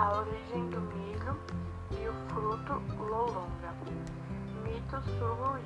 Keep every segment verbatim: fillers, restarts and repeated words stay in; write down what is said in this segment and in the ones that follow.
A origem do milho e o fruto lolonga. Mito sul.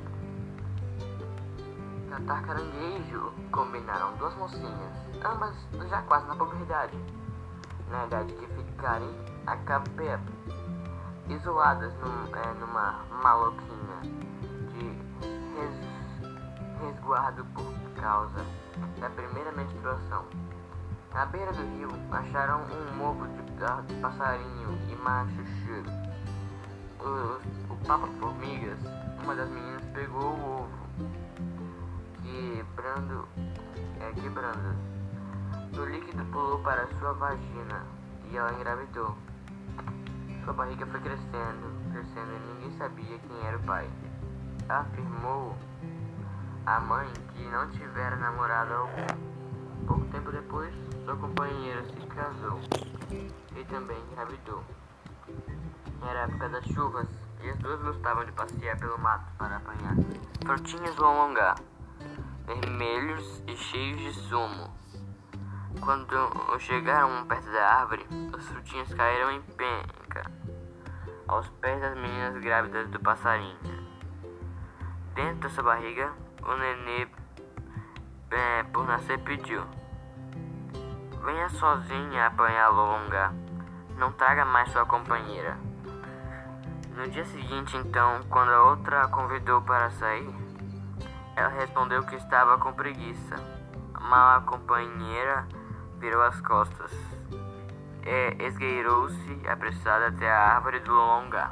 Cantar caranguejo combinaram duas mocinhas, ambas já quase na puberdade, na idade de ficarem a cabelo, isoladas num, é, numa maloquinha de res, resguardo por causa da primeira menstruação. À beira do rio, acharam um ovo de, de passarinho e macho cheiro. O, o papa-formigas, uma das meninas, pegou o ovo, quebrando, é, quebrando. O líquido pulou para sua vagina e ela engravidou. Sua barriga foi crescendo, crescendo e ninguém sabia quem era o pai. Afirmou a mãe que não tivera namorado algum. Pouco tempo depois, sua companheira se casou e também engravidou. Era a época das chuvas e as duas gostavam de passear pelo mato para apanhar frutinhas lolongá, vermelhos e cheios de sumo. Quando chegaram perto da árvore, os frutinhos caíram em penca aos pés das meninas grávidas do passarinho. Dentro da sua barriga, o nenê, é, por nascer, pediu: venha sozinha apanhar lolongá, não traga mais sua companheira. No dia seguinte, então, quando a outra a convidou para sair, ela respondeu que estava com preguiça. Mal a companheira virou as costas e esgueirou-se apressada até a árvore do lolongá.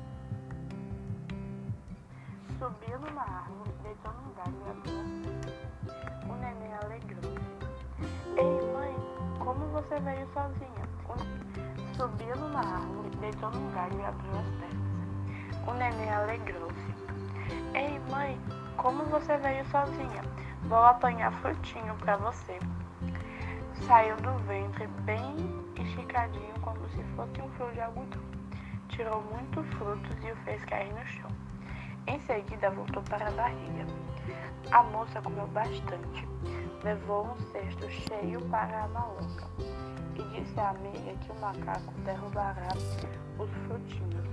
Subiu numa árvore, deitou num galho e abriu. O neném alegrou-se. Ei, mãe, como você veio sozinha? O... Subiu numa árvore, deitou num galho e abriu as pernas. O neném alegrou-se. Ei, mãe, como você veio sozinha? Vou apanhar frutinho pra você. Saiu do ventre bem esticadinho, como se fosse um fio de algodão. Tirou muitos frutos e o fez cair no chão. Em seguida, voltou para a barriga. A moça comeu bastante. Levou um cesto cheio para a maloca e disse à amiga que o macaco derrubará os frutinhos.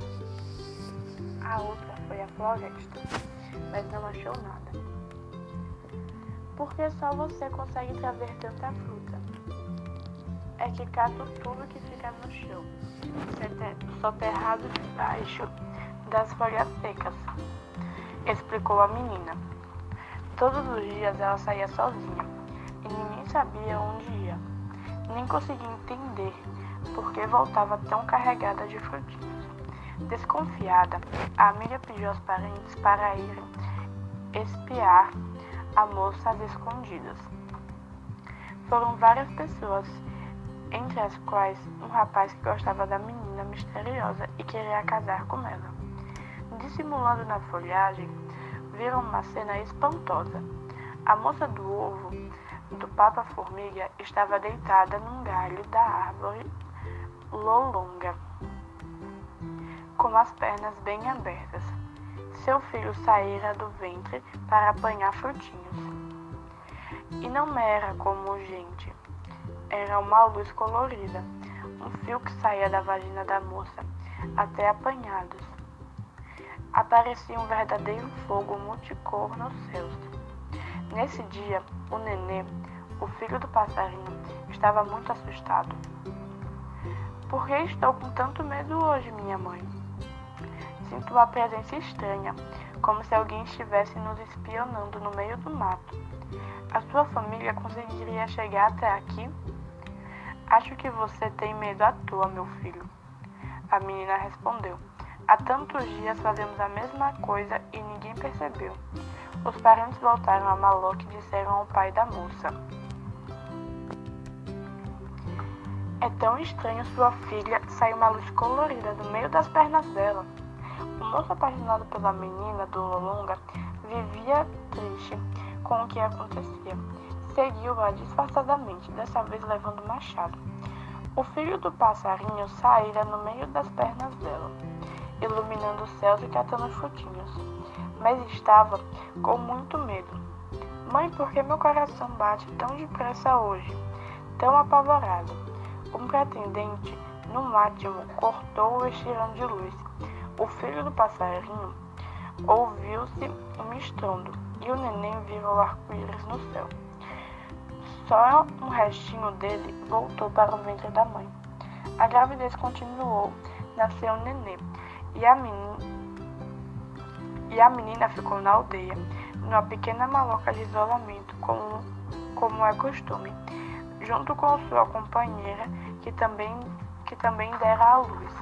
A outra foi à floresta, mas não achou nada. Por que só você consegue trazer tanta fruta? É que cato tudo que fica no chão, soterrado debaixo das folhas secas, explicou a menina. Todos os dias ela saía sozinha e ninguém sabia onde ia. Nem conseguia entender por que voltava tão carregada de frutinhas. Desconfiada, a amiga pediu aos parentes para irem espiar a moça às escondidas. Foram várias pessoas, entre as quais um rapaz que gostava da menina misteriosa e queria casar com ela. Dissimulando na folhagem, viram uma cena espantosa. A moça do ovo do papa-formiga estava deitada num galho da árvore lolonga, com as pernas bem abertas. Seu filho saíra do ventre para apanhar frutinhos. E não era como gente, era uma luz colorida, um fio que saía da vagina da moça até apanhados. Aparecia um verdadeiro fogo multicor nos céus. Nesse dia, o nenê, o filho do passarinho, estava muito assustado. Por que estou com tanto medo hoje, minha mãe? Sinto uma presença estranha, como se alguém estivesse nos espionando no meio do mato. A sua família conseguiria chegar até aqui? Acho que você tem medo à toa, meu filho. A menina respondeu. Há tantos dias fazemos a mesma coisa e ninguém percebeu. Os parentes voltaram a maloca e disseram ao pai da moça. É tão estranho, sua filha, saiu uma luz colorida do meio das pernas dela. O moço, apaixonado pela menina do lolonga, vivia triste com o que acontecia. Seguiu-a disfarçadamente, dessa vez levando o machado. O filho do passarinho saíra no meio das pernas dela, iluminando os céus e catando frutinhos. Mas estava com muito medo. Mãe, por que meu coração bate tão depressa hoje? Tão apavorado. Um pretendente no átimo, cortou o estirão de luz. O filho do passarinho ouviu-se um estrondo, e o neném virou arco-íris no céu. Só um restinho dele voltou para o ventre da mãe. A gravidez continuou, nasceu um neném, e a menina, e a menina ficou na aldeia, numa pequena maloca de isolamento, como, como é costume, junto com sua companheira, que também, que também dera à luz.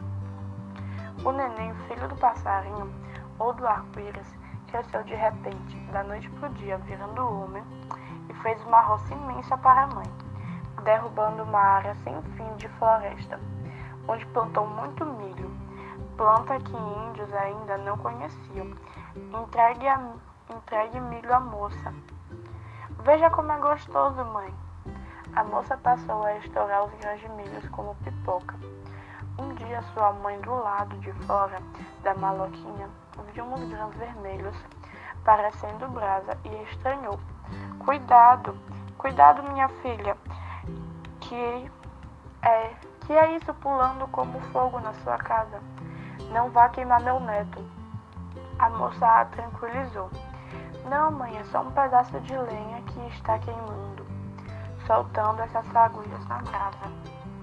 O neném, filho do passarinho, ou do arco-íris, cresceu de repente, da noite para o dia, virando homem, e fez uma roça imensa para a mãe, derrubando uma área sem fim de floresta, onde plantou muito milho, planta que índios ainda não conheciam. Entregue, a, entregue milho à moça. Veja como é gostoso, mãe. A moça passou a estourar os grãos de milhos como pipoca. Um dia sua mãe, do lado de fora da maloquinha, viu uns grãos vermelhos parecendo brasa e estranhou. Cuidado, cuidado, minha filha, que é, que é isso pulando como fogo na sua casa? Não vá queimar meu neto. A moça a tranquilizou. Não, mãe, é só um pedaço de lenha que está queimando, soltando essas fagulhas na brasa.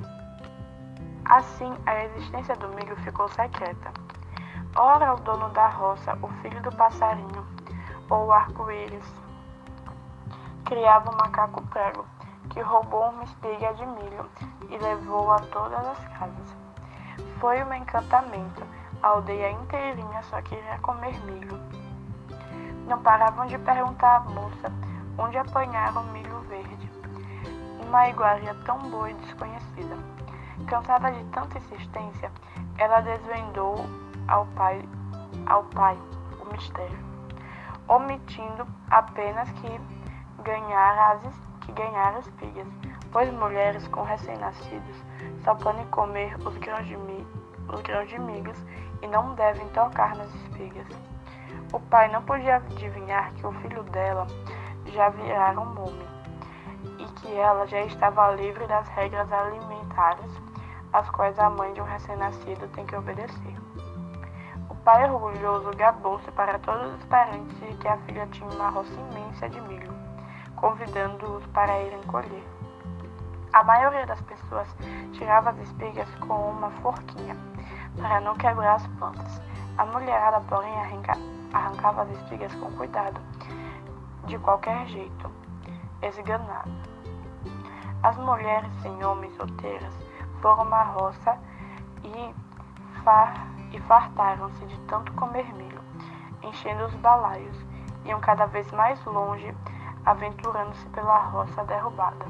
Assim, a existência do milho ficou secreta. Ora, o dono da roça, o filho do passarinho, ou o arco-íris, criava um macaco prego, que roubou uma espiga de milho e levou a todas as casas. Foi um encantamento. A aldeia inteirinha só queria comer milho. Não paravam de perguntar à moça onde apanharam milho verde. Uma iguaria tão boa e desconhecida. Cansada de tanta insistência, ela desvendou ao pai, ao pai o mistério, omitindo apenas que ganhara as, que ganhara espigas, pois mulheres com recém-nascidos só podem comer os grãos de milho, os grãos de milhos e não devem tocar nas espigas. O pai não podia adivinhar que o filho dela já virara um homem e que ela já estava livre das regras alimentares às quais a mãe de um recém-nascido tem que obedecer. O pai orgulhoso gabou-se para todos os parentes de que a filha tinha uma roça imensa de milho, convidando-os para irem colher. A maioria das pessoas tirava as espigas com uma forquinha, para não quebrar as plantas. A mulherada, porém, arranca, arrancava as espigas com cuidado, de qualquer jeito, esganado. As mulheres sem homens solteiras foram à roça e, far, e fartaram-se de tanto comer milho, enchendo os balaios, iam cada vez mais longe, aventurando-se pela roça derrubada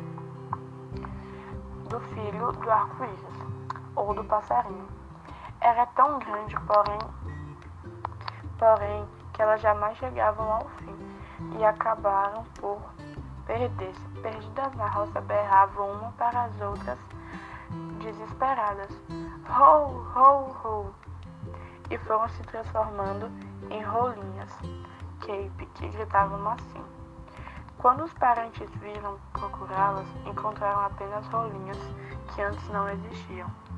do filho do arco-íris, ou do passarinho. Era tão grande, porém, porém, que elas jamais chegavam ao fim, e acabaram por perder-se. Perdidas na roça, berravam uma para as outras, desesperadas. Ho, ho, ho! E foram se transformando em rolinhas, cape, que gritavam assim. Quando os parentes viram procurá-las, encontraram apenas rolinhas que antes não existiam.